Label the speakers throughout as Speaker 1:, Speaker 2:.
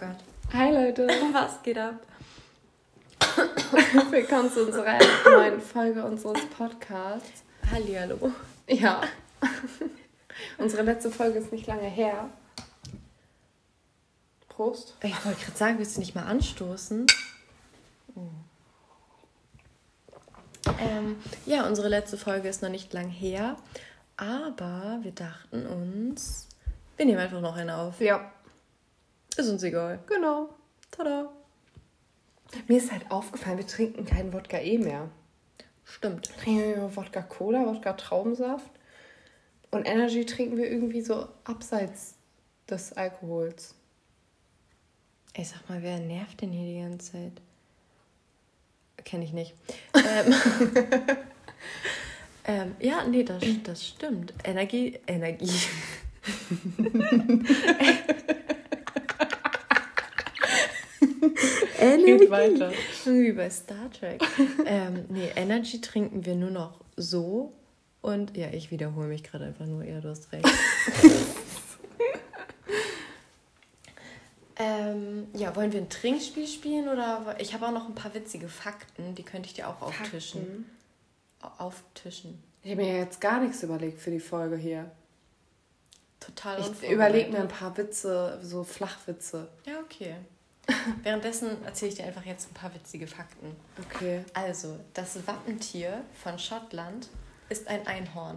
Speaker 1: Gott.
Speaker 2: Hi Leute.
Speaker 1: Was geht ab?
Speaker 2: Willkommen zu unserer neuen Folge unseres Podcasts.
Speaker 1: Hallihallo.
Speaker 2: Ja. Unsere letzte Folge ist nicht lange her. Prost.
Speaker 1: Ich wollte gerade sagen, willst du nicht mal anstoßen? Ja, unsere letzte Folge ist noch nicht lang her, aber wir dachten uns, wir nehmen einfach noch eine auf.
Speaker 2: Ja.
Speaker 1: Ist uns egal.
Speaker 2: Genau.
Speaker 1: Tada.
Speaker 2: Mir ist halt aufgefallen, wir trinken keinen Wodka mehr.
Speaker 1: Stimmt.
Speaker 2: Wir trinken nur Wodka Cola, Wodka Traubensaft. Und Energy trinken wir irgendwie so abseits des Alkohols.
Speaker 1: Ey, sag mal, wer nervt denn hier die ganze Zeit? Kenne ich nicht. Ja, nee, das stimmt. Energie.
Speaker 2: Geht weiter.
Speaker 1: Wie bei Star Trek. Nee, Energy trinken wir nur noch so. Und ja, ich wiederhole mich gerade einfach nur. Ja, du hast recht. Ja, wollen wir ein Trinkspiel spielen? Oder ich habe auch noch ein paar witzige Fakten. Die könnte ich dir auch auftischen. Auftischen.
Speaker 2: Ich habe mir jetzt gar nichts überlegt für die Folge hier.
Speaker 1: Total
Speaker 2: Ich überlege mir ein paar Witze, so Flachwitze.
Speaker 1: Ja, okay. Währenddessen erzähle ich dir einfach jetzt ein paar witzige Fakten.
Speaker 2: Okay.
Speaker 1: Also, das Wappentier von Schottland ist ein Einhorn.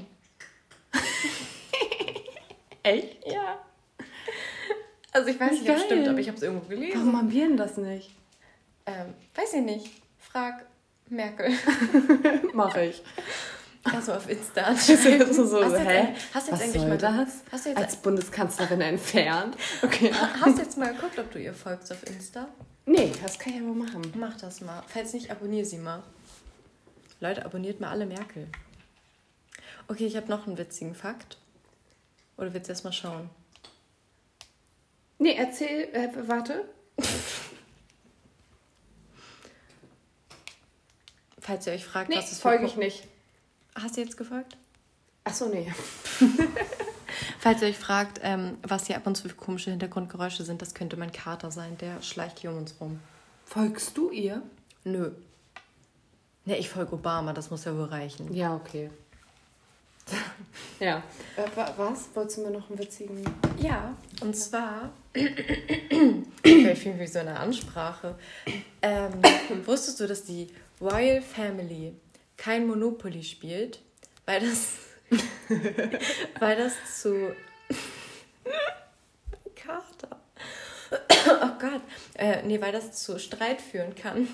Speaker 2: Echt?
Speaker 1: Ja. Also ich weiß nicht, ob es stimmt, aber ich habe es irgendwo gelesen.
Speaker 2: Warum haben wir denn das nicht?
Speaker 1: Weiß ich nicht. Frag Merkel.
Speaker 2: Mache ich.
Speaker 1: Also auf Insta.
Speaker 2: Hast du jetzt
Speaker 1: Was
Speaker 2: eigentlich mal das?
Speaker 1: Hast du jetzt
Speaker 2: als Bundeskanzlerin entfernt? Okay.
Speaker 1: Hast du jetzt mal geguckt, ob du ihr folgst auf Insta?
Speaker 2: Nee, das kann ich aber machen.
Speaker 1: Mach das mal. Falls nicht, abonniere sie mal. Leute, abonniert mal alle Merkel. Okay, ich habe noch einen witzigen Fakt. Oder willst du erst mal schauen?
Speaker 2: Nee, erzähl, warte.
Speaker 1: Falls ihr euch fragt,
Speaker 2: nee,
Speaker 1: was es
Speaker 2: folge ich nicht.
Speaker 1: Hast du jetzt gefolgt?
Speaker 2: Achso, nee.
Speaker 1: Falls ihr euch fragt, was hier ab und zu für komische Hintergrundgeräusche sind, das könnte mein Kater sein. Der schleicht hier um uns rum.
Speaker 2: Folgst du ihr?
Speaker 1: Nö. Ne, ich folge Obama, das muss ja wohl reichen.
Speaker 2: Ja, okay. Ja. Was? Wolltest du mir noch einen witzigen...
Speaker 1: Ja, und zwar... ich fühle mich wie so eine Ansprache. Wusstest du, dass die Royal Family kein Monopoly spielt? Weil das zu... Kater. Oh Gott. Weil das zu Streit führen kann.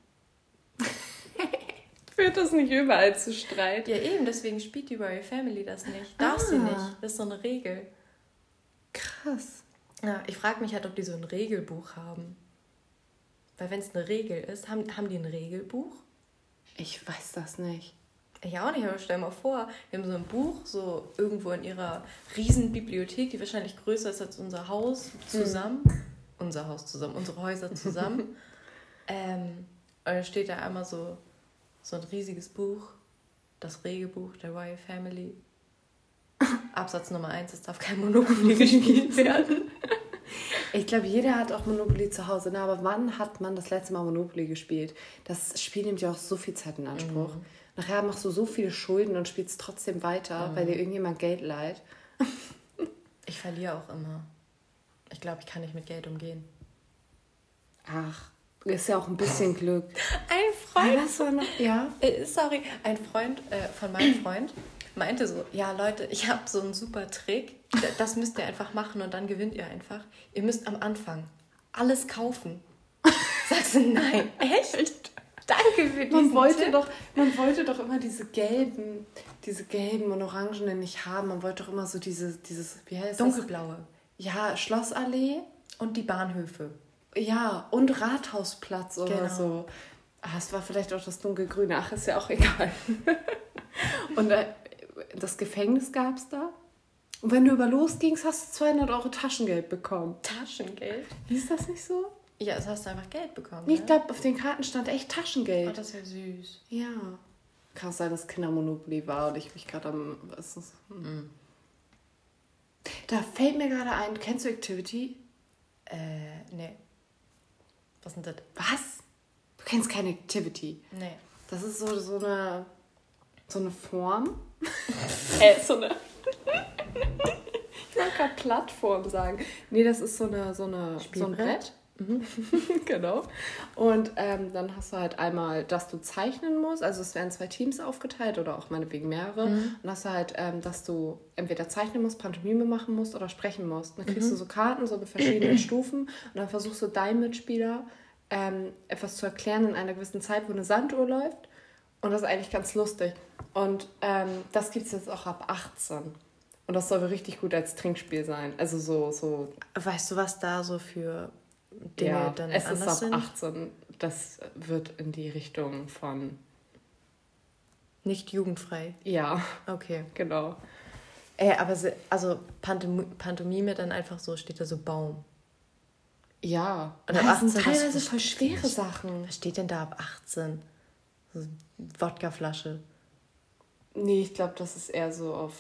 Speaker 2: Führt das nicht überall zu Streit?
Speaker 1: Ja, eben, deswegen spielt die Royal Family das nicht. Darf sie nicht. Das ist so eine Regel.
Speaker 2: Krass.
Speaker 1: Ja, ich frage mich halt, ob die so ein Regelbuch haben. Weil wenn es eine Regel ist, haben die ein Regelbuch?
Speaker 2: Ich weiß das nicht.
Speaker 1: Ich auch nicht, aber stell mal vor, wir haben so ein Buch, so irgendwo in ihrer riesen Bibliothek, die wahrscheinlich größer ist als unser Haus zusammen. Unser Haus zusammen, unsere Häuser zusammen. Und dann steht da einmal so ein riesiges Buch, das Regelbuch der Royal Family. Absatz Nummer 1, es darf kein Monopoly gespielt werden.
Speaker 2: Ich glaube, jeder hat auch Monopoly zu Hause. Na, aber wann hat man das letzte Mal Monopoly gespielt? Das Spiel nimmt ja auch so viel Zeit in Anspruch. Nachher machst du so viele Schulden und spielst trotzdem weiter, weil dir irgendjemand Geld leiht.
Speaker 1: Ich verliere auch immer. Ich glaube, ich kann nicht mit Geld umgehen.
Speaker 2: Ach, ist ja auch ein bisschen Glück.
Speaker 1: Ein Freund...
Speaker 2: Was war noch? Ja?
Speaker 1: Ein Freund von meinem Freund meinte so, ja Leute, ich habe so einen super Trick, das müsst ihr einfach machen und dann gewinnt ihr einfach. Ihr müsst am Anfang alles kaufen. Sagst du, nein, echt? Danke für diesen Tipp.
Speaker 2: Man wollte doch immer diese gelben und orangenen nicht haben. Man wollte doch immer so dieses, wie heißt das?
Speaker 1: Dunkelblaue.
Speaker 2: Ja, Schlossallee.
Speaker 1: Und die Bahnhöfe.
Speaker 2: Ja, und Rathausplatz oder so. Es war vielleicht auch das dunkelgrüne. Ach, ist ja auch egal. Und das Gefängnis gab es da. Und wenn du über losgingst, hast du 200 € Taschengeld bekommen.
Speaker 1: Taschengeld?
Speaker 2: Ist das nicht so?
Speaker 1: Ja, also hast du einfach Geld bekommen.
Speaker 2: Ich glaube, auf den Karten stand echt Taschengeld.
Speaker 1: Oh, das ist ja süß.
Speaker 2: Ja. Kann sein, dass Kindermonopoly war und ich mich gerade am... Da fällt mir gerade ein, kennst du Activity?
Speaker 1: Nee. Was ist denn das?
Speaker 2: Was? Du kennst keine Activity.
Speaker 1: Nee.
Speaker 2: Das ist so eine Form. So eine... Ich wollte gerade Plattform sagen. Nee, das ist so ein Brett. Genau. Und dann hast du halt einmal, dass du zeichnen musst. Also es werden 2 Teams aufgeteilt oder auch meinetwegen mehrere. Und dann hast du halt, dass du entweder zeichnen musst, Pantomime machen musst oder sprechen musst. Dann kriegst du so Karten, so mit verschiedenen Stufen. Und dann versuchst du deinem Mitspieler etwas zu erklären in einer gewissen Zeit, wo eine Sanduhr läuft. Und das ist eigentlich ganz lustig. Und das gibt es jetzt auch ab 18. Und das soll richtig gut als Trinkspiel sein. Also so.
Speaker 1: Weißt du, was da so für Dinge dann
Speaker 2: es
Speaker 1: anders
Speaker 2: ist ab
Speaker 1: sind?
Speaker 2: 18. Das wird in die Richtung von...
Speaker 1: Nicht jugendfrei.
Speaker 2: Ja.
Speaker 1: Okay.
Speaker 2: Genau.
Speaker 1: Aber Pantomime dann einfach so, steht da so Baum.
Speaker 2: Ja.
Speaker 1: Und ab
Speaker 2: das sind
Speaker 1: 18,
Speaker 2: teilweise
Speaker 1: was
Speaker 2: voll schwere Sachen.
Speaker 1: Was steht denn da ab 18? So Wodkaflasche.
Speaker 2: Nee, ich glaube, das ist eher so auf...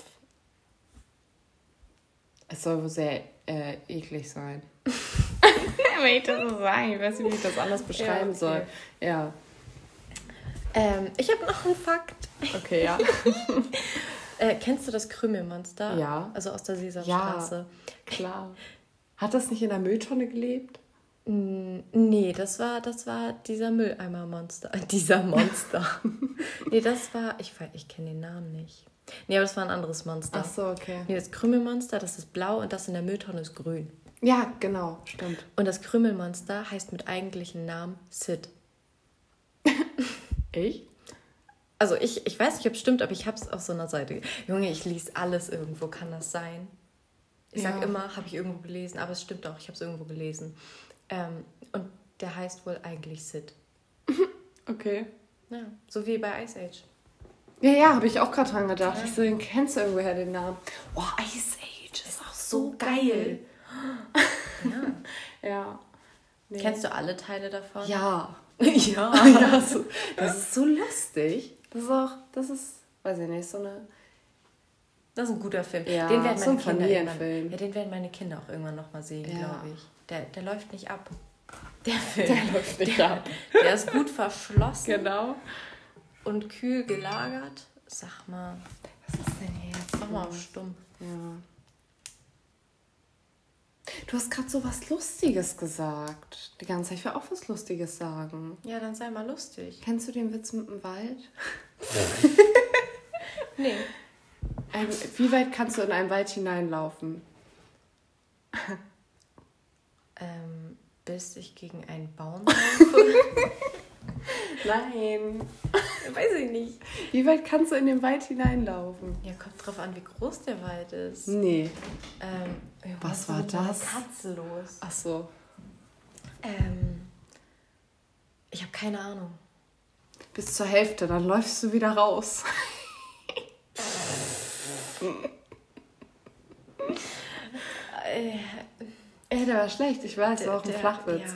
Speaker 2: Es soll wohl sehr eklig sein. Wenn ich das so sagen, ich weiß nicht, wie ich das anders beschreiben soll. Ja.
Speaker 1: Ich habe noch einen Fakt.
Speaker 2: Okay, ja.
Speaker 1: Kennst du das Krümelmonster?
Speaker 2: Ja.
Speaker 1: Also aus der Sesamstraße.
Speaker 2: Ja, klar. Hat das nicht in der Mülltonne gelebt?
Speaker 1: Nee, das war dieser Mülleimermonster. Dieser Monster. Nee, das war... Ich kenne den Namen nicht. Nee, aber das war ein anderes Monster.
Speaker 2: Ach so, okay.
Speaker 1: Nee, das Krümelmonster, das ist blau und das in der Mülltonne ist grün.
Speaker 2: Ja, genau, stimmt.
Speaker 1: Und das Krümelmonster heißt mit eigentlichen Namen Sid.
Speaker 2: Ich?
Speaker 1: Also ich weiß nicht, ob es stimmt, aber ich habe es auf so einer Seite. Junge, ich lese alles irgendwo, kann das sein? Ich sag immer, habe ich irgendwo gelesen, aber es stimmt auch, ich habe es irgendwo gelesen. Und der heißt wohl eigentlich Sid.
Speaker 2: Okay.
Speaker 1: Ja, so wie bei Ice Age.
Speaker 2: Ja, habe ich auch gerade dran gedacht. Ich so, den kennst du irgendwoher, den Namen. Oh, Ice Age ist auch so geil.
Speaker 1: Ja.
Speaker 2: Ja. Nee.
Speaker 1: Kennst du alle Teile davon?
Speaker 2: Ja.
Speaker 1: Ja.
Speaker 2: Ja, so, das ist so lustig. Das ist, weiß ich nicht, so eine...
Speaker 1: Das ist ein guter Film.
Speaker 2: Ja,
Speaker 1: Den werden
Speaker 2: so ein
Speaker 1: meine Kinder
Speaker 2: Familienfilm.
Speaker 1: den werden meine Kinder auch irgendwann nochmal sehen,
Speaker 2: Ja.
Speaker 1: glaube ich. Der läuft nicht ab. Der Film.
Speaker 2: Der läuft nicht ab.
Speaker 1: Der ist gut verschlossen
Speaker 2: Genau.
Speaker 1: und kühl gelagert. Sag mal.
Speaker 2: Was ist denn jetzt?
Speaker 1: Mach mal auf stumm.
Speaker 2: Ja. Du hast gerade so was Lustiges gesagt. Die ganze Zeit. Ich will auch was Lustiges sagen.
Speaker 1: Ja, dann sei mal lustig.
Speaker 2: Kennst du den Witz mit dem Wald?
Speaker 1: Nee.
Speaker 2: Wie weit kannst du in einen Wald hineinlaufen?
Speaker 1: Bis ich gegen einen Baum laufe?
Speaker 2: Nein.
Speaker 1: Weiß ich nicht.
Speaker 2: Wie weit kannst du in den Wald hineinlaufen?
Speaker 1: Ja, kommt drauf an, wie groß der Wald ist.
Speaker 2: Nee.
Speaker 1: Was
Speaker 2: war
Speaker 1: ist mit meiner
Speaker 2: das?
Speaker 1: Katze los?
Speaker 2: Ach so.
Speaker 1: Ich habe keine Ahnung.
Speaker 2: Bis zur Hälfte, dann läufst du wieder raus. Der war schlecht, ich weiß, war auch ein Flachwitz.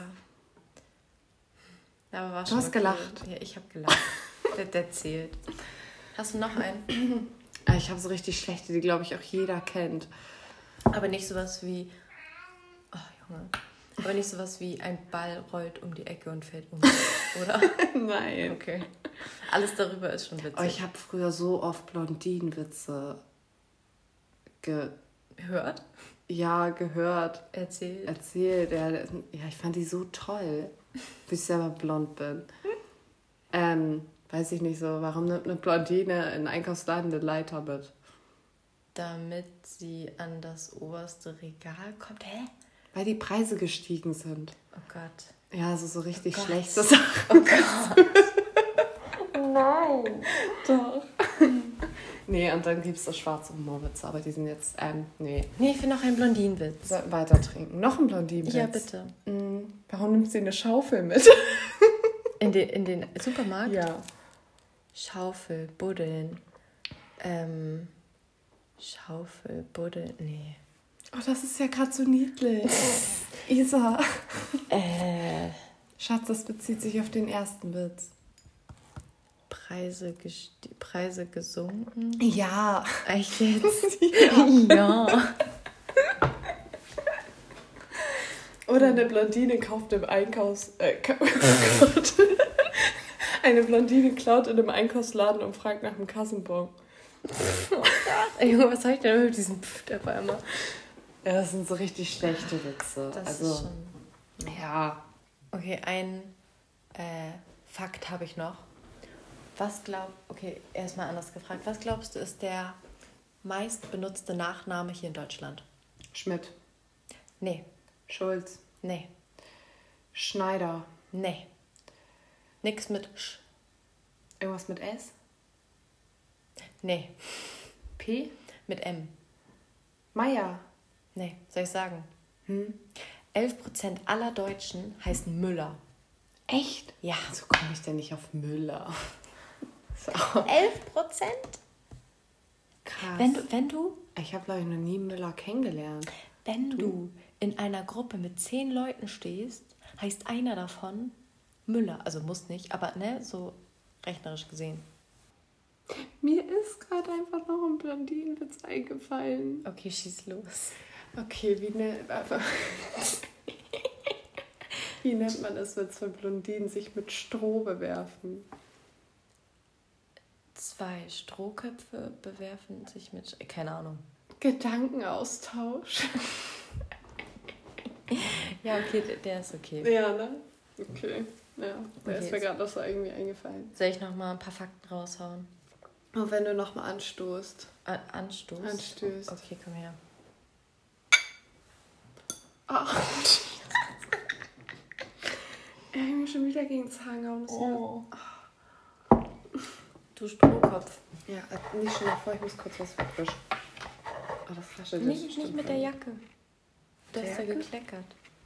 Speaker 1: Ja. Aber war
Speaker 2: Du
Speaker 1: schon
Speaker 2: hast gelacht.
Speaker 1: Ja, ich habe gelacht. der zählt. Hast du noch einen?
Speaker 2: Ich habe so richtig schlechte, die, glaube ich, auch jeder kennt.
Speaker 1: Aber nicht sowas wie... Oh, Junge. Aber nicht sowas wie ein Ball rollt um die Ecke und fällt um. Oder?
Speaker 2: Nein.
Speaker 1: Okay. Alles darüber ist schon witzig.
Speaker 2: Oh, ich habe früher so oft Blondinenwitze
Speaker 1: gehört.
Speaker 2: Erzählt. Ja, ich fand die so toll, bis ich selber blond bin. Weiß ich nicht so, warum nimmt eine Blondine in einen Einkaufsladen eine Leiter mit?
Speaker 1: Damit sie an das oberste Regal kommt. Hä?
Speaker 2: Weil die Preise gestiegen sind.
Speaker 1: Oh Gott.
Speaker 2: Ja, so richtig
Speaker 1: Gott.
Speaker 2: schlechte Sachen.
Speaker 1: Oh Gott. Nein.
Speaker 2: Doch. Nee, und dann gibt es so schwarze Humorwitze, aber die sind jetzt, nee.
Speaker 1: Nee, ich will noch einen Blondinenwitz.
Speaker 2: Wir sollten weiter trinken. Noch ein Blondinenwitz?
Speaker 1: Ja, bitte.
Speaker 2: Warum nimmt sie eine Schaufel mit?
Speaker 1: In den Supermarkt?
Speaker 2: Ja.
Speaker 1: Schaufel, Buddeln. Schaufel, Buddeln, nee.
Speaker 2: Oh, das ist ja gerade so niedlich. Isa. Schatz, das bezieht sich auf den ersten Witz.
Speaker 1: Preise gesunken?
Speaker 2: Ja.
Speaker 1: Echt jetzt? Ja.
Speaker 2: Oder Oder eine Blondine kauft im eine Blondine klaut in einem Einkaufsladen und fragt nach dem Kassenbon.
Speaker 1: Ey, Junge, was soll ich denn mit diesem Pfft auf einmal?
Speaker 2: Ja, das sind so richtig schlechte Witze.
Speaker 1: Das ist schon...
Speaker 2: Ja.
Speaker 1: Okay, ein Fakt habe ich noch. Okay, erstmal anders gefragt. Was glaubst du, ist der meist benutzte Nachname hier in Deutschland?
Speaker 2: Schmidt.
Speaker 1: Nee.
Speaker 2: Schulz.
Speaker 1: Nee.
Speaker 2: Schneider.
Speaker 1: Nee. Nix mit Sch.
Speaker 2: Irgendwas mit S?
Speaker 1: Nee.
Speaker 2: P?
Speaker 1: Mit M.
Speaker 2: Meier.
Speaker 1: Nee, soll ich sagen? 11% aller Deutschen heißen Müller.
Speaker 2: Echt?
Speaker 1: Ja.
Speaker 2: Wieso komme ich denn nicht auf Müller? So.
Speaker 1: 11%?
Speaker 2: Krass.
Speaker 1: Wenn du
Speaker 2: Ich habe, glaube ich, noch nie Müller kennengelernt.
Speaker 1: Wenn du in einer Gruppe mit 10 Leuten stehst, heißt einer davon Müller. Also muss nicht, aber ne, so rechnerisch gesehen.
Speaker 2: Mir ist gerade einfach noch ein Blondinenwitz eingefallen.
Speaker 1: Okay, schieß los.
Speaker 2: Okay, wie nennt man es, wenn zwei Blondinen sich mit Stroh bewerfen?
Speaker 1: 2 Strohköpfe bewerfen sich mit... Keine Ahnung.
Speaker 2: Gedankenaustausch.
Speaker 1: Ja, okay, der ist okay.
Speaker 2: Ja, ne? Okay. Ja, der ist mir gerade noch so irgendwie eingefallen.
Speaker 1: Soll ich noch mal ein paar Fakten raushauen?
Speaker 2: Und wenn du nochmal anstoßt.
Speaker 1: Anstößt?
Speaker 2: Anstößt.
Speaker 1: Okay, komm her.
Speaker 2: Ach. Ich habe mir schon wieder gegen den Zahn gehauen.
Speaker 1: Oh. Du Strohkopf.
Speaker 2: Ja, nicht schon davor, ich muss kurz was wegwischen. Oh, das Flasche.
Speaker 1: Nicht mit der Jacke. Du hast ja gekleckert.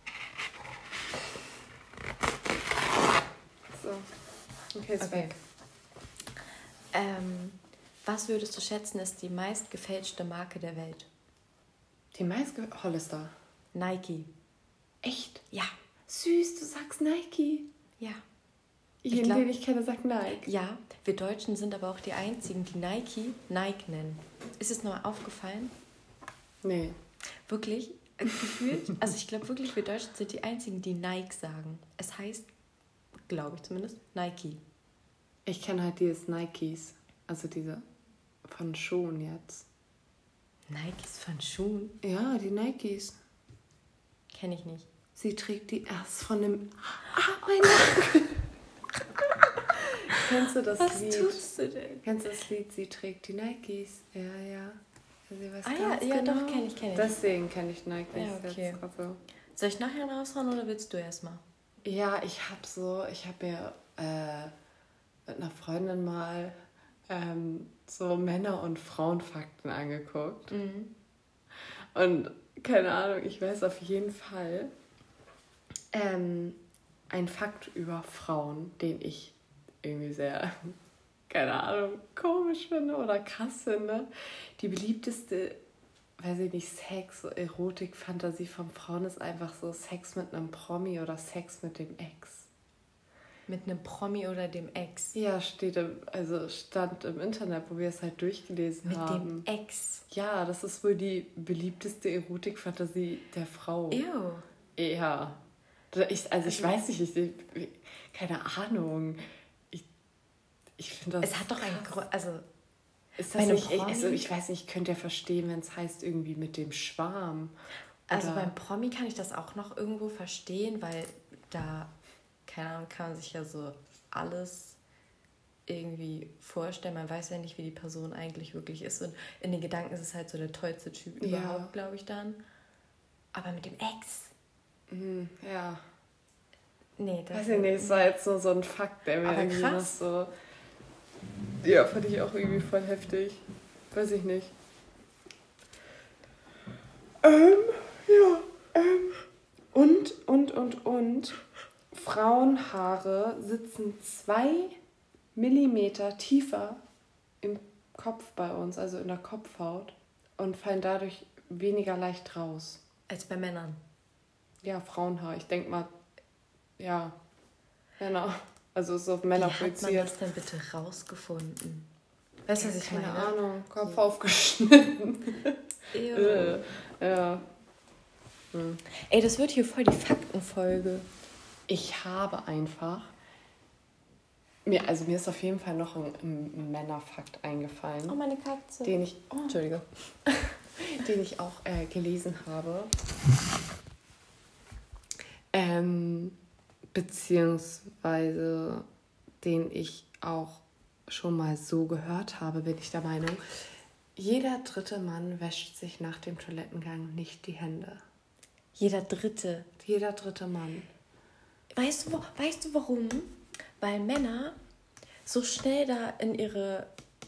Speaker 2: So. Okay, ist weg.
Speaker 1: Was würdest du schätzen, ist die meist gefälschte Marke der Welt?
Speaker 2: Die meiste Hollister.
Speaker 1: Nike.
Speaker 2: Echt?
Speaker 1: Ja.
Speaker 2: Süß, du sagst Nike.
Speaker 1: Ja.
Speaker 2: Jeden, den ich kenne, sagt Nike.
Speaker 1: Ja, wir Deutschen sind aber auch die Einzigen, die Nike nennen. Ist es nur aufgefallen?
Speaker 2: Nee.
Speaker 1: Wirklich? Gefühlt? Also ich glaube wirklich, wir Deutschen sind die Einzigen, die Nike sagen. Es heißt, glaube ich zumindest, Nike.
Speaker 2: Ich kenne halt dieses Nikes. Also diese von Schuhen jetzt.
Speaker 1: Nikes von Schuhen?
Speaker 2: Ja, die Nikes.
Speaker 1: Kenne ich nicht.
Speaker 2: Sie trägt die erst von dem... mein Nacken! Kennst du das Lied?
Speaker 1: Was tust du denn?
Speaker 2: Kennst du das Lied? Sie trägt die Nikes. Ja. Also ich weiß
Speaker 1: Ja,
Speaker 2: genau.
Speaker 1: doch, kenne ich.
Speaker 2: Deswegen kenne ich Nikes.
Speaker 1: Ja, okay.
Speaker 2: Jetzt. Also.
Speaker 1: Soll ich nachher raushauen oder willst du erstmal?
Speaker 2: Ja, ich habe mir mit einer Freundin mal so Männer- und Frauenfakten angeguckt.
Speaker 1: Mhm.
Speaker 2: Und keine Ahnung, ich weiß auf jeden Fall ein Fakt über Frauen, den ich irgendwie sehr, keine Ahnung, komisch finde oder krass finde. Die beliebteste, weiß ich nicht, Sex, Erotik, Fantasie von Frauen ist einfach so Sex mit einem Promi oder Sex mit dem Ex.
Speaker 1: Mit einem Promi oder dem Ex?
Speaker 2: Ja, stand im Internet, wo wir es halt durchgelesen haben.
Speaker 1: Mit dem Ex?
Speaker 2: Ja, das ist wohl die beliebteste Erotikfantasie der Frau.
Speaker 1: Ew.
Speaker 2: Ja. Ich weiß nicht, keine Ahnung. Ich finde das.
Speaker 1: Es hat doch einen Grund, also.
Speaker 2: Ist das nicht, ich weiß nicht, ich könnte ja verstehen, wenn es heißt irgendwie mit dem Schwarm.
Speaker 1: Also beim Promi kann ich das auch noch irgendwo verstehen, weil da, keine Ahnung, kann man sich ja so alles irgendwie vorstellen. Man weiß ja nicht, wie die Person eigentlich wirklich ist. Und in den Gedanken ist es halt so der tollste Typ überhaupt, glaube ich dann. Aber mit dem Ex?
Speaker 2: Ja.
Speaker 1: Nee, das
Speaker 2: weiß ich nicht, es war jetzt nur so ein Fakt, der mir
Speaker 1: aber
Speaker 2: irgendwie
Speaker 1: krass.
Speaker 2: noch so... Ja, fand ich auch irgendwie voll heftig. Weiß ich nicht. Und. Frauenhaare sitzen 2 Millimeter tiefer im Kopf bei uns, also in der Kopfhaut, und fallen dadurch weniger leicht raus.
Speaker 1: Als bei Männern?
Speaker 2: Ja, Frauenhaar. Ich denke mal, ja, Männer. Also ist auf Männer projiziert.
Speaker 1: Wie hat man das denn bitte rausgefunden? Weißt du, was ich meine?
Speaker 2: Keine Ahnung, Kopf aufgeschnitten.
Speaker 1: Ew.
Speaker 2: Ja.
Speaker 1: Ey, das wird hier voll die Faktenfolge.
Speaker 2: Ich habe einfach... Mir ist auf jeden Fall noch ein Männerfakt eingefallen.
Speaker 1: Oh, meine Katze.
Speaker 2: Den ich auch gelesen habe. Beziehungsweise den ich auch schon mal so gehört habe, bin ich der Meinung. Jeder dritte Mann wäscht sich nach dem Toilettengang nicht die Hände.
Speaker 1: Jeder dritte
Speaker 2: Mann.
Speaker 1: Weißt du warum? Weil Männer so schnell da in ihre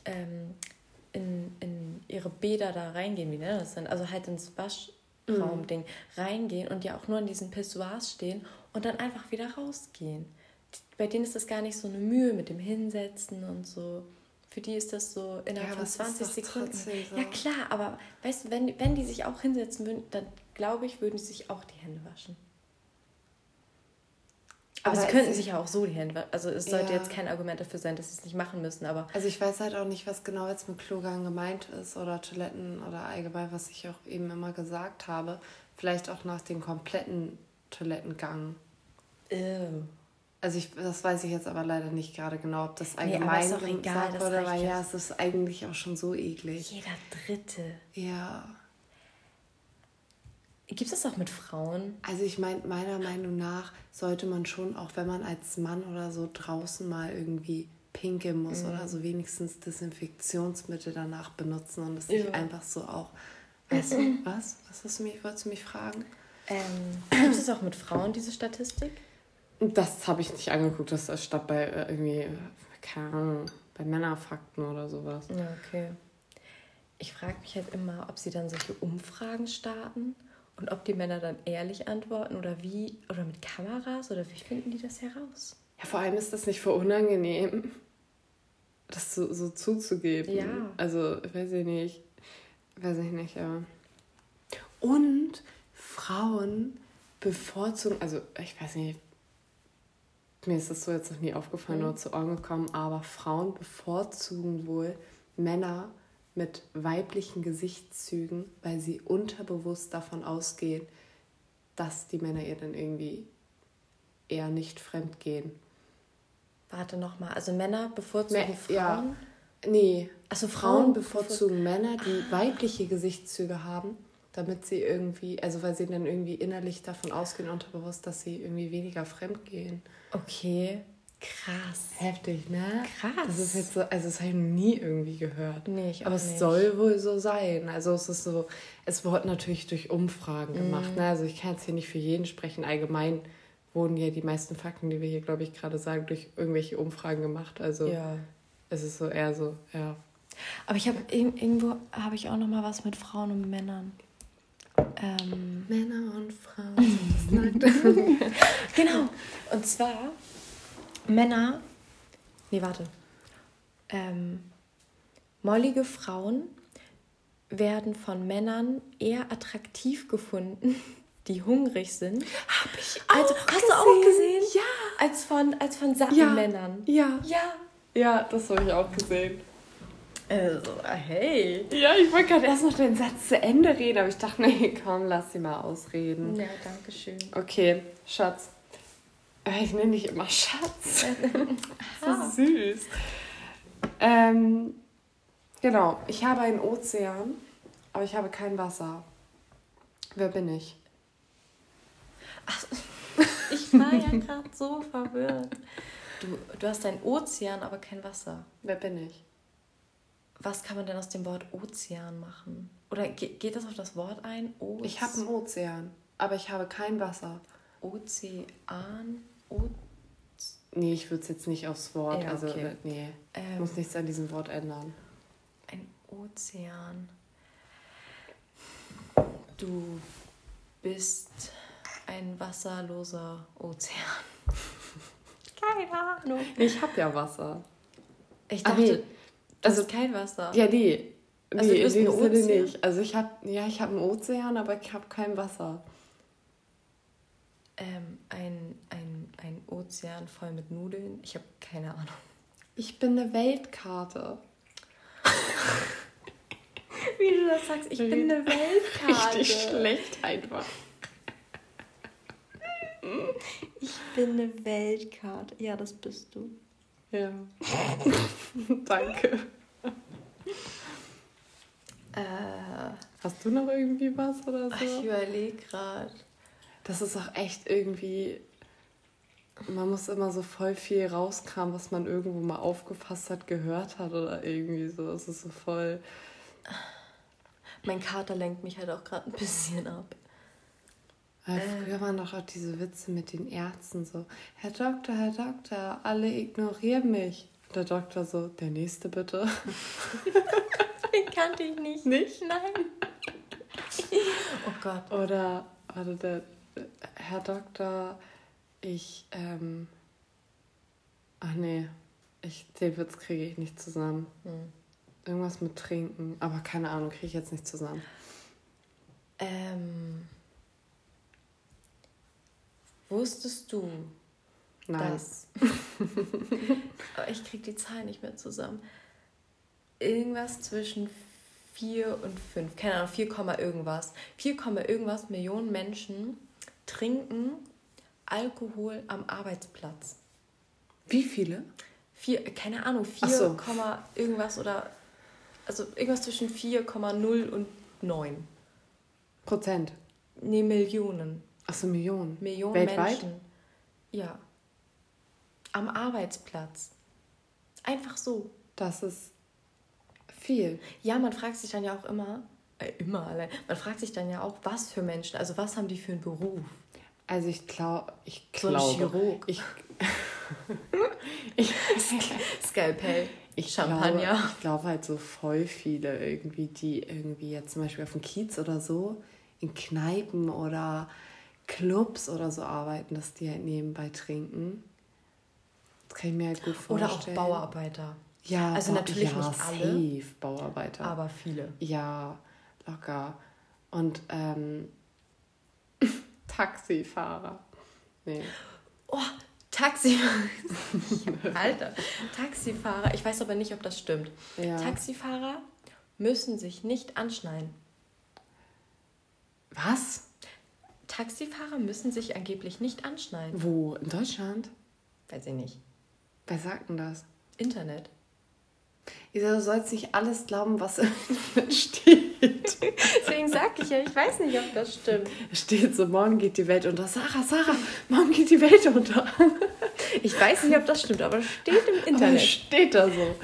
Speaker 1: Bäder da reingehen, wie nennt das denn? Also halt ins Waschraumding reingehen und ja auch nur in diesen Pissoirs stehen und dann einfach wieder rausgehen. Bei denen ist das gar nicht so eine Mühe mit dem Hinsetzen und so. Für die ist das so innerhalb von 20 Sekunden. So. Ja klar, aber weißt du, wenn die sich auch hinsetzen würden, dann glaube ich, würden sie sich auch die Hände waschen. Aber sie könnten sich ja auch so die Hände waschen. Also es sollte jetzt kein Argument dafür sein, dass sie es nicht machen müssen. Aber
Speaker 2: also ich weiß halt auch nicht, was genau jetzt mit Klogang gemeint ist oder Toiletten oder allgemein, was ich auch eben immer gesagt habe. Vielleicht auch nach dem kompletten Toilettengang. Also das weiß ich jetzt aber leider nicht gerade genau, ob das allgemein gesagt wurde, weil ja, es ist eigentlich auch schon so eklig.
Speaker 1: Jeder Dritte.
Speaker 2: Ja.
Speaker 1: Gibt es das auch mit Frauen?
Speaker 2: Also ich meine, meiner Meinung nach sollte man schon, auch wenn man als Mann oder so draußen mal irgendwie pinkeln muss oder so, wenigstens Desinfektionsmittel danach benutzen und es nicht einfach so auch... Weißt du, was? Wolltest du mich fragen?
Speaker 1: Gibt es auch mit Frauen, diese Statistik?
Speaker 2: Das habe ich nicht angeguckt, das stand bei irgendwie, keine Ahnung, bei Männerfakten oder sowas.
Speaker 1: Ja, okay. Ich frage mich halt immer, ob sie dann solche Umfragen starten und ob die Männer dann ehrlich antworten oder wie, oder mit Kameras oder wie finden die das heraus?
Speaker 2: Ja, vor allem ist das nicht voll unangenehm, das so zuzugeben.
Speaker 1: Ja.
Speaker 2: Also, weiß ich nicht, ja. Und Frauen bevorzugen, also ich weiß nicht, mir ist das so jetzt noch nie aufgefallen oder zu Ohren gekommen, aber Frauen bevorzugen wohl Männer mit weiblichen Gesichtszügen, weil sie unterbewusst davon ausgehen, dass die Männer ihr dann irgendwie eher nicht fremd gehen.
Speaker 1: Warte nochmal, also Männer bevorzugen Frauen?
Speaker 2: Ja, nee,
Speaker 1: also
Speaker 2: Frauen bevorzugen Männer, die weibliche Gesichtszüge haben, damit sie irgendwie, also weil sie dann irgendwie innerlich davon ausgehen, unterbewusst, dass sie irgendwie weniger fremd gehen.
Speaker 1: Okay, krass.
Speaker 2: Heftig, ne?
Speaker 1: Krass.
Speaker 2: Das ist jetzt so, also das habe ich noch nie irgendwie gehört.
Speaker 1: Nee, ich auch
Speaker 2: aber
Speaker 1: nicht.
Speaker 2: Es soll wohl so sein. Also es ist so, es wurde natürlich durch Umfragen gemacht. Ne? Also ich kann jetzt hier nicht für jeden sprechen. Allgemein wurden ja die meisten Fakten, die wir hier, glaube ich, gerade sagen, durch irgendwelche Umfragen gemacht. Also es ist so eher so, ja.
Speaker 1: Aber ich habe irgendwo habe ich auch noch mal was mit Frauen und Männern.
Speaker 2: Männer und Frauen.
Speaker 1: Genau. Und zwar Männer. Nee, warte. Mollige Frauen werden von Männern eher attraktiv gefunden, die hungrig sind.
Speaker 2: Hab ich auch
Speaker 1: also,
Speaker 2: gesehen.
Speaker 1: Hast du auch gesehen?
Speaker 2: Ja.
Speaker 1: Als von satten Männern.
Speaker 2: Ja.
Speaker 1: Ja.
Speaker 2: Ja, das habe ich auch gesehen.
Speaker 1: Also, hey.
Speaker 2: Ja, ich wollte gerade erst noch den Satz zu Ende reden, aber ich dachte, nee, komm, lass sie mal ausreden.
Speaker 1: Ja, danke schön.
Speaker 2: Okay, Schatz. Ich nenne dich immer Schatz. So süß. Genau, ich habe einen Ozean, aber ich habe kein Wasser. Wer bin ich?
Speaker 1: Ach, ich war ja gerade so verwirrt. Du hast einen Ozean, aber kein Wasser.
Speaker 2: Wer bin ich?
Speaker 1: Was kann man denn aus dem Wort Ozean machen? Oder geht das auf das Wort ein?
Speaker 2: Ich habe einen Ozean, aber ich habe kein Wasser.
Speaker 1: Ozean?
Speaker 2: Nee, ich würde es jetzt nicht aufs Wort,
Speaker 1: ja,
Speaker 2: also
Speaker 1: okay.
Speaker 2: nee, ich muss nichts an diesem Wort ändern.
Speaker 1: Ein Ozean. Du bist ein wasserloser Ozean. Keine Ahnung.
Speaker 2: Ich habe ja Wasser.
Speaker 1: Ich dachte, das ist kein Wasser.
Speaker 2: Ja, nee.
Speaker 1: Also du bist
Speaker 2: in
Speaker 1: ein
Speaker 2: dem Sinne
Speaker 1: Ozean?
Speaker 2: nicht. Also ich habe einen Ozean, aber ich habe kein Wasser.
Speaker 1: Ein Ozean voll mit Nudeln? Ich habe keine Ahnung.
Speaker 2: Ich bin eine Weltkarte.
Speaker 1: Wie du das sagst, ich bin eine Weltkarte.
Speaker 2: Richtig schlecht einfach.
Speaker 1: Ich bin eine Weltkarte. Ja, das bist du.
Speaker 2: Ja. Danke. Hast du noch irgendwie was oder so?
Speaker 1: Ich überlege gerade.
Speaker 2: Das ist auch echt irgendwie... Man muss immer so voll viel rauskramen, was man irgendwo mal aufgefasst hat, gehört hat oder irgendwie so. Es ist so voll...
Speaker 1: Mein Kater lenkt mich halt auch gerade ein bisschen ab.
Speaker 2: Weil früher waren doch auch diese Witze mit den Ärzten so, Herr Doktor, alle ignorieren mich. Und der Doktor so, der Nächste bitte.
Speaker 1: Den kannte ich nicht.
Speaker 2: Nicht?
Speaker 1: Nein. Oh Gott.
Speaker 2: Oder der Herr Doktor, den Witz kriege ich nicht zusammen. Irgendwas mit Trinken, aber keine Ahnung, kriege ich jetzt nicht zusammen.
Speaker 1: Wusstest du,
Speaker 2: Nein.
Speaker 1: dass... Aber ich kriege die Zahlen nicht mehr zusammen. Irgendwas zwischen 4 und 5, keine Ahnung, 4, irgendwas. 4, irgendwas Millionen Menschen trinken Alkohol am Arbeitsplatz.
Speaker 2: Wie viele?
Speaker 1: 4, keine Ahnung, 4,
Speaker 2: so.
Speaker 1: Irgendwas oder... Also irgendwas zwischen 4,0 und 9.
Speaker 2: Prozent?
Speaker 1: Nee, Millionen.
Speaker 2: Achso, Millionen.
Speaker 1: Millionen
Speaker 2: weltweit?
Speaker 1: Menschen. Ja. Am Arbeitsplatz. Einfach so.
Speaker 2: Das ist viel.
Speaker 1: Ja, man fragt sich dann ja auch immer allein, man fragt sich dann ja auch, was für Menschen, also was haben die für einen Beruf?
Speaker 2: Also ich glaube...
Speaker 1: So ein Chirurg. Skalpell. Champagner.
Speaker 2: Ich glaube halt so voll viele irgendwie, die irgendwie jetzt zum Beispiel auf dem Kiez oder so in Kneipen oder Clubs oder so arbeiten, dass die halt nebenbei trinken. Das kann ich mir halt gut vorstellen.
Speaker 1: Oder auch Bauarbeiter.
Speaker 2: Ja,
Speaker 1: also natürlich
Speaker 2: ja,
Speaker 1: nicht alle.
Speaker 2: Safe Bauarbeiter.
Speaker 1: Aber viele.
Speaker 2: Ja, locker. Und Taxifahrer. Nee.
Speaker 1: Oh, Taxifahrer. Alter, Taxifahrer. Ich weiß aber nicht, ob das stimmt.
Speaker 2: Ja.
Speaker 1: Taxifahrer müssen sich nicht anschneiden.
Speaker 2: Was?
Speaker 1: Taxifahrer müssen sich angeblich nicht anschneiden.
Speaker 2: Wo? In Deutschland?
Speaker 1: Weiß ich nicht.
Speaker 2: Wer sagt denn das?
Speaker 1: Internet.
Speaker 2: Du sollst nicht alles glauben, was im Internet steht.
Speaker 1: Deswegen sag ich ja, ich weiß nicht, ob das stimmt.
Speaker 2: Es steht so, morgen geht die Welt unter. Sarah, morgen geht die Welt unter.
Speaker 1: Ich weiß nicht, ob das stimmt, aber es steht im Internet.
Speaker 2: Aber es steht da so.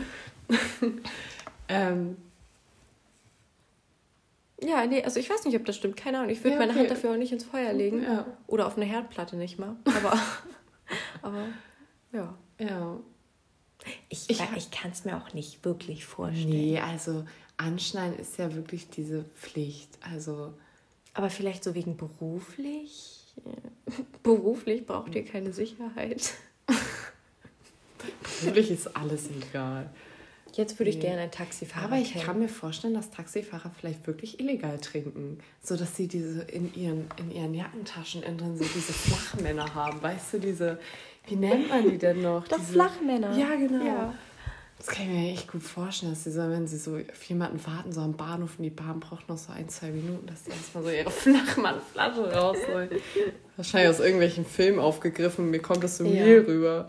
Speaker 1: Ja, nee, also ich weiß nicht, ob das stimmt. Keine Ahnung. Ich würde meine Hand dafür auch nicht ins Feuer legen.
Speaker 2: Ja.
Speaker 1: Oder auf eine Herdplatte nicht mal. Aber ja.
Speaker 2: Ja.
Speaker 1: Ich kann es mir auch nicht wirklich vorstellen.
Speaker 2: Nee, also Anschneiden ist ja wirklich diese Pflicht. Also.
Speaker 1: Aber vielleicht so wegen beruflich? Beruflich braucht ihr keine Sicherheit.
Speaker 2: Beruflich ist alles egal.
Speaker 1: Jetzt würde ich gerne einen Taxifahrer
Speaker 2: Aber ich
Speaker 1: kennen.
Speaker 2: kann mir vorstellen, dass Taxifahrer vielleicht wirklich illegal trinken. So dass sie diese in ihren Jackentaschen innen drin so diese Flachmänner haben. Weißt du, diese, wie nennt man die denn noch?
Speaker 1: Doch,
Speaker 2: diese
Speaker 1: Flachmänner.
Speaker 2: Ja, genau.
Speaker 1: Ja.
Speaker 2: Das kann ich mir echt gut vorstellen, dass sie so, wenn sie so auf jemanden warten, so am Bahnhof und die Bahn braucht noch so 1-2 Minuten, dass die erstmal so ihre Flachmannflasche rausholen. Wahrscheinlich aus irgendwelchen Filmen aufgegriffen. Mir kommt das so Mehl rüber.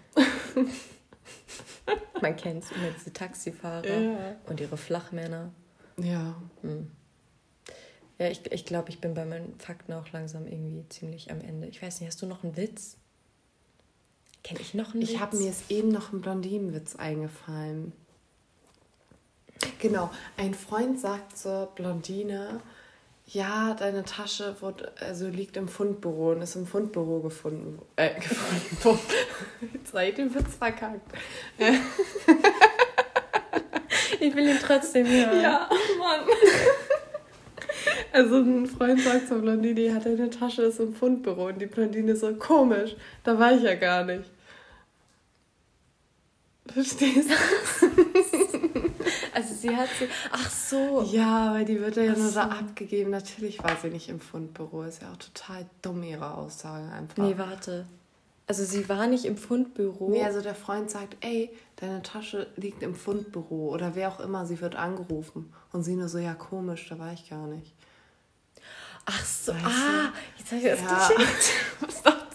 Speaker 1: Man kennt es immer, diese Taxifahrer und ihre Flachmänner.
Speaker 2: Ja.
Speaker 1: Ja, ich glaube, ich bin bei meinen Fakten auch langsam irgendwie ziemlich am Ende. Ich weiß nicht, hast du noch einen Witz? Kenne ich noch einen Witz?
Speaker 2: Ich habe mir jetzt eben noch einen Blondinenwitz eingefallen. Genau, ein Freund sagt zur Blondine, ja, deine Tasche liegt im Fundbüro und ist im Fundbüro gefunden. Jetzt habe ich den Witz verkackt.
Speaker 1: Ich will ihn trotzdem hören.
Speaker 2: Ja, Mann. Also ein Freund sagt zur Blondine, ja, deine Tasche ist im Fundbüro. Und die Blondine so, komisch, da war ich ja gar nicht. Verstehst du?
Speaker 1: Also sie hat sie... Ach so.
Speaker 2: Ja, weil die wird ja nur da abgegeben. Natürlich war sie nicht im Fundbüro. Ist ja auch total dumm, ihre Aussage einfach.
Speaker 1: Nee, warte. Also sie war nicht im Fundbüro.
Speaker 2: Nee, also der Freund sagt, ey, deine Tasche liegt im Fundbüro. Oder wer auch immer, sie wird angerufen. Und sie nur so, ja komisch, da war ich gar nicht.
Speaker 1: Ach so,
Speaker 2: Weißt du?
Speaker 1: jetzt habe ich das gecheckt.
Speaker 2: Was dachtest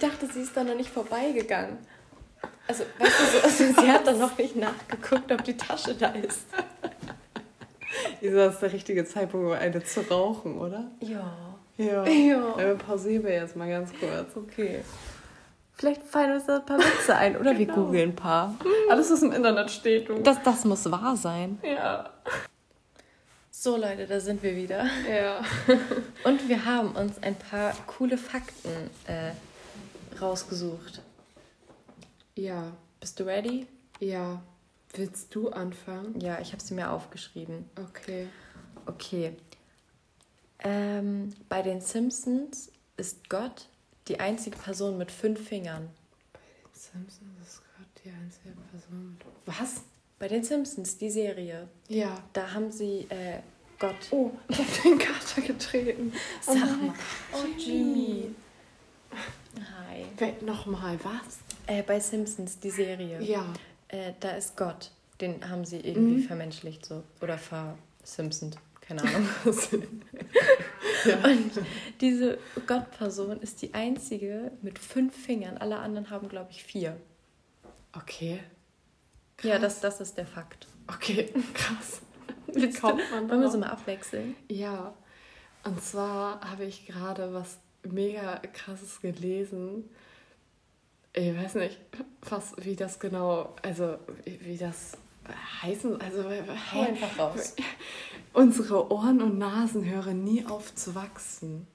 Speaker 1: dachte, sie ist da noch nicht vorbeigegangen. Also, weißt du, also, sie hat dann noch nicht nachgeguckt, ob die Tasche da ist.
Speaker 2: Wieso ist der richtige Zeitpunkt, um eine zu rauchen, oder?
Speaker 1: Ja.
Speaker 2: Ja.
Speaker 1: Ja.
Speaker 2: Wir pausieren jetzt mal ganz kurz.
Speaker 1: Okay. Vielleicht fallen uns da ein paar Witze ein oder wir googeln ein paar.
Speaker 2: Alles, was im Internet steht. Du.
Speaker 1: Das muss wahr sein.
Speaker 2: Ja.
Speaker 1: So Leute, da sind wir wieder.
Speaker 2: Ja.
Speaker 1: Und wir haben uns ein paar coole Fakten rausgesucht.
Speaker 2: Ja.
Speaker 1: Bist du ready?
Speaker 2: Ja. Willst du anfangen?
Speaker 1: Ja, ich habe sie mir aufgeschrieben.
Speaker 2: Okay.
Speaker 1: Okay. Bei den Simpsons ist Gott die einzige Person mit 5 Fingern.
Speaker 2: Bei den Simpsons ist Gott die einzige Person. Was?
Speaker 1: Bei den Simpsons, die Serie.
Speaker 2: Ja.
Speaker 1: Da haben sie Gott.
Speaker 2: Oh, ich habe den Kater getreten.
Speaker 1: Sag mal. Oh, Jimmy. Hi.
Speaker 2: Nochmal, was?
Speaker 1: Bei Simpsons, die Serie.
Speaker 2: Ja.
Speaker 1: Da ist Gott. Den haben sie irgendwie vermenschlicht so. Oder versimpsont. Keine Ahnung. Ja. Und diese Gottperson ist die einzige mit 5 Fingern. Alle anderen haben, glaube ich, 4.
Speaker 2: Okay.
Speaker 1: Krass. Ja, das ist der Fakt.
Speaker 2: Okay, krass.
Speaker 1: Wie kommt man Wollen wir so mal abwechseln?
Speaker 2: Ja. Und zwar habe ich gerade was mega krasses gelesen. Ich weiß nicht, wie das genau, also wie das heißen, also
Speaker 1: hau einfach raus.
Speaker 2: Unsere Ohren und Nasen hören nie auf zu wachsen.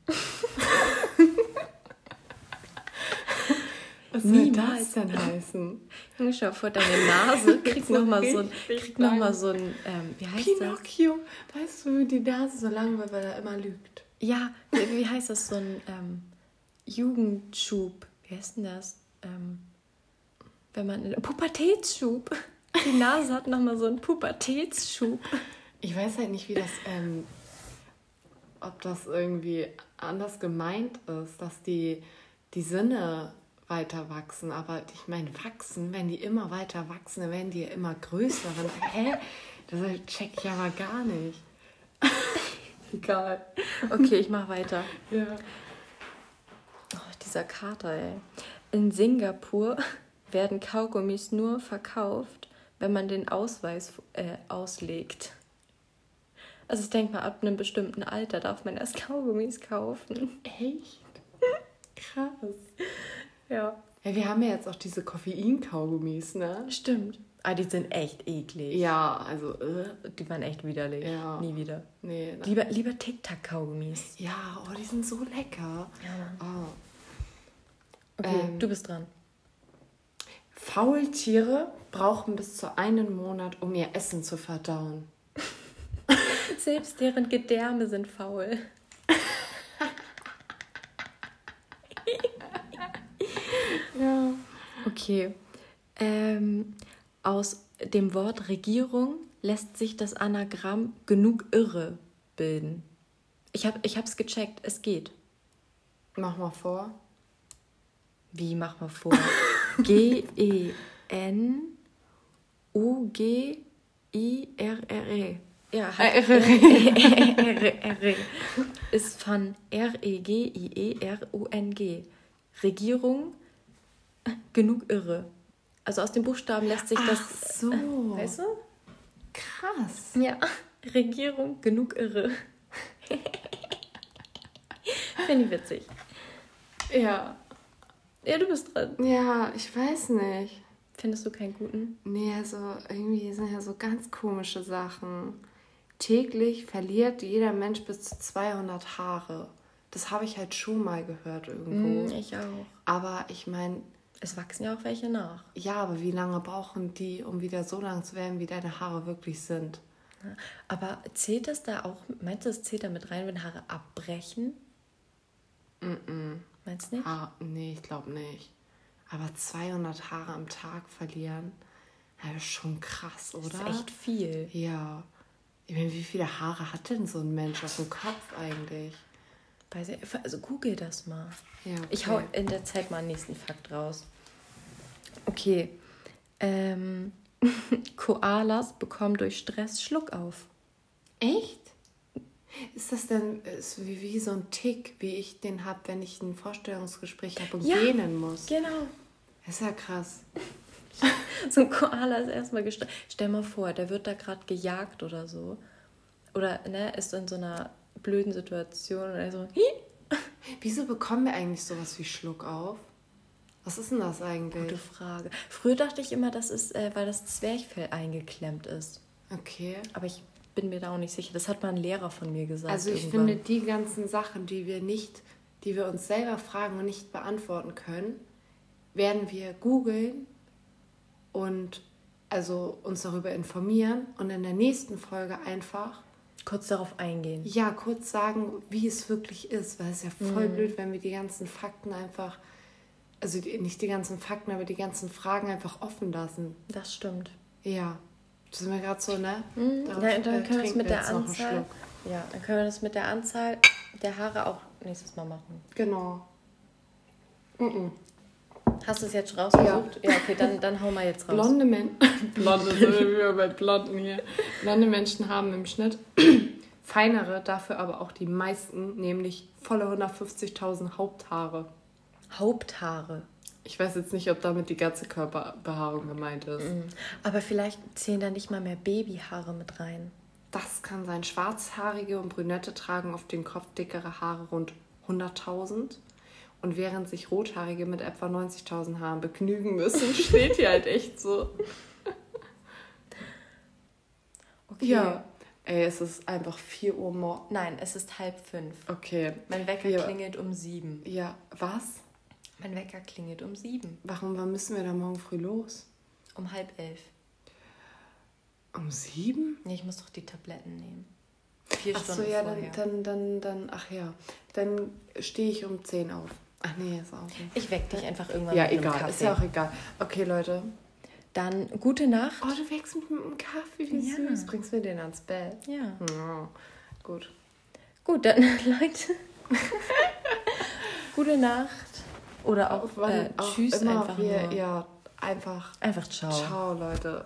Speaker 2: Was soll das denn heißen?
Speaker 1: Schau vor, deine Nase kriegt nochmal so ein, wie heißt
Speaker 2: Pinocchio. Das? Weißt du, wie die Nase so lang wird, weil er immer lügt?
Speaker 1: Ja, wie heißt das, so ein Jugendschub. Wie heißt denn das? Wenn man Pubertätsschub. Die Nase hat nochmal so einen Pubertätsschub.
Speaker 2: Ich weiß halt nicht, wie das, ob das irgendwie anders gemeint ist, dass die Sinne weiter wachsen. Aber ich meine, wachsen, wenn die immer weiter wachsen, dann werden die ja immer größer. Hä? Das check ich aber gar nicht. Egal.
Speaker 1: Okay, ich mach weiter.
Speaker 2: Ja.
Speaker 1: Oh, dieser Kater, ey. In Singapur werden Kaugummis nur verkauft, wenn man den Ausweis auslegt. Also ich denke mal, ab einem bestimmten Alter darf man erst Kaugummis kaufen.
Speaker 2: Echt? Krass.
Speaker 1: Ja.
Speaker 2: Ja, wir haben ja jetzt auch diese Koffein-Kaugummis, ne?
Speaker 1: Stimmt. Ah, die sind echt eklig.
Speaker 2: Ja, also...
Speaker 1: Die waren echt widerlich.
Speaker 2: Ja.
Speaker 1: Nie wieder.
Speaker 2: Nee.
Speaker 1: Lieber Tic-Tac-Kaugummis.
Speaker 2: Ja, oh, die sind so lecker.
Speaker 1: Ja.
Speaker 2: Oh.
Speaker 1: Okay, du bist dran.
Speaker 2: Faultiere brauchen bis zu 1 Monat, um ihr Essen zu verdauen.
Speaker 1: Selbst deren Gedärme sind faul.
Speaker 2: Ja.
Speaker 1: Okay. Aus dem Wort Regierung lässt sich das Anagramm genug irre bilden. Ich hab's gecheckt, es geht.
Speaker 2: Mach mal vor.
Speaker 1: Wie, mach mal vor? G-E-N-U-G-I-R-R-E. Ja, R-E. Ist von R-E-G-I-E-R-U-N-G. Regierung, genug irre. Also aus den Buchstaben lässt sich das...
Speaker 2: Ach so.
Speaker 1: Weißt du?
Speaker 2: Krass.
Speaker 1: Ja, Regierung, genug irre. Finde ich witzig.
Speaker 2: Ja.
Speaker 1: Ja, du bist dran.
Speaker 2: Ja, ich weiß nicht.
Speaker 1: Findest du keinen guten?
Speaker 2: Nee, also irgendwie sind ja so ganz komische Sachen. Täglich verliert jeder Mensch bis zu 200 Haare. Das habe ich halt schon mal gehört irgendwo.
Speaker 1: Ich auch.
Speaker 2: Aber ich meine...
Speaker 1: Es wachsen ja auch welche nach.
Speaker 2: Ja, aber wie lange brauchen die, um wieder so lang zu werden, wie deine Haare wirklich sind?
Speaker 1: Aber zählt das da auch, meinst du, das zählt da mit rein, wenn Haare abbrechen? Meinst du nicht?
Speaker 2: Nee, ich glaube nicht. Aber 200 Haare am Tag verlieren, das ist schon krass, oder?
Speaker 1: Das ist echt viel.
Speaker 2: Ja. Ich meine, wie viele Haare hat denn so ein Mensch auf dem Kopf eigentlich?
Speaker 1: Also google das mal.
Speaker 2: Ja, okay.
Speaker 1: Ich hau in der Zeit mal einen nächsten Fakt raus. Okay. Koalas bekommen durch Stress Schluckauf.
Speaker 2: Echt? Ist das denn wie so ein Tick, wie ich den habe, wenn ich ein Vorstellungsgespräch habe und
Speaker 1: Ja,
Speaker 2: gähnen muss?
Speaker 1: Genau.
Speaker 2: Das ist ja krass.
Speaker 1: So ein Koala ist erstmal gestorben. Stell mal vor, der wird da gerade gejagt oder so. Oder ne, ist in so einer blöden Situation und er so, hi.
Speaker 2: Wieso bekommen wir eigentlich sowas wie Schluck auf? Was ist denn das eigentlich?
Speaker 1: Gute Frage. Früher dachte ich immer, das ist, weil das Zwerchfell eingeklemmt ist.
Speaker 2: Okay.
Speaker 1: Aber ich bin mir da auch nicht sicher. Das hat mal ein Lehrer von mir gesagt.
Speaker 2: Also ich finde, die ganzen Sachen, die wir uns selber fragen und nicht beantworten können, werden wir googeln und also uns darüber informieren und in der nächsten Folge einfach
Speaker 1: kurz darauf eingehen.
Speaker 2: Ja, kurz sagen, wie es wirklich ist, weil es ja voll blöd, wenn wir die ganzen Fakten einfach, also nicht die ganzen Fakten, aber die ganzen Fragen einfach offen lassen.
Speaker 1: Das stimmt.
Speaker 2: Ja, das sind wir gerade so, ne?
Speaker 1: Darauf, dann können wir das mit der Anzahl. Ja, dann können wir das mit der Anzahl der Haare auch nächstes Mal machen.
Speaker 2: Genau.
Speaker 1: Hast du es jetzt schon rausgesucht? Ja, okay, dann hau mal jetzt raus.
Speaker 2: Blonde Menschen, blonde, sind wir bei Blonden hier. Blonde Menschen haben im Schnitt feinere, dafür aber auch die meisten, nämlich volle 150.000 Haupthaare.
Speaker 1: Haupthaare?
Speaker 2: Ich weiß jetzt nicht, ob damit die ganze Körperbehaarung gemeint ist.
Speaker 1: Aber vielleicht zählen da nicht mal mehr Babyhaare mit rein.
Speaker 2: Das kann sein. Schwarzhaarige und Brünette tragen auf dem Kopf dickere Haare rund 100.000. Und während sich Rothaarige mit etwa 90.000 Haaren begnügen müssen, steht hier halt echt so. Okay. Ja. Ey, es ist einfach 4 Uhr morgens.
Speaker 1: Nein, es ist 4:30.
Speaker 2: Okay.
Speaker 1: Mein Wecker klingelt um 7.
Speaker 2: Ja, was?
Speaker 1: Mein Wecker klingelt um 7.
Speaker 2: Wann müssen wir da morgen früh los?
Speaker 1: Um 10:30.
Speaker 2: Um 7?
Speaker 1: Ja, ich muss doch die Tabletten nehmen. 4
Speaker 2: Ach
Speaker 1: Stunden
Speaker 2: so, ja,
Speaker 1: vorher.
Speaker 2: dann, ach ja. Dann stehe ich um 10 auf. Ach nee, ist auch nicht.
Speaker 1: Ich weck dich einfach irgendwann
Speaker 2: ja,
Speaker 1: mit einem
Speaker 2: egal,
Speaker 1: Kaffee.
Speaker 2: Ist ja auch egal. Okay, Leute.
Speaker 1: Dann gute Nacht.
Speaker 2: Oh, du wächst mit einem Kaffee, wie süß. Bringst mir den ans Bett?
Speaker 1: Ja.
Speaker 2: Oh, gut.
Speaker 1: Gut, dann, Leute. Gute Nacht. Oder auch, tschüss
Speaker 2: immer
Speaker 1: einfach
Speaker 2: wir,
Speaker 1: nur.
Speaker 2: Ja, einfach
Speaker 1: ciao.
Speaker 2: Ciao, Leute.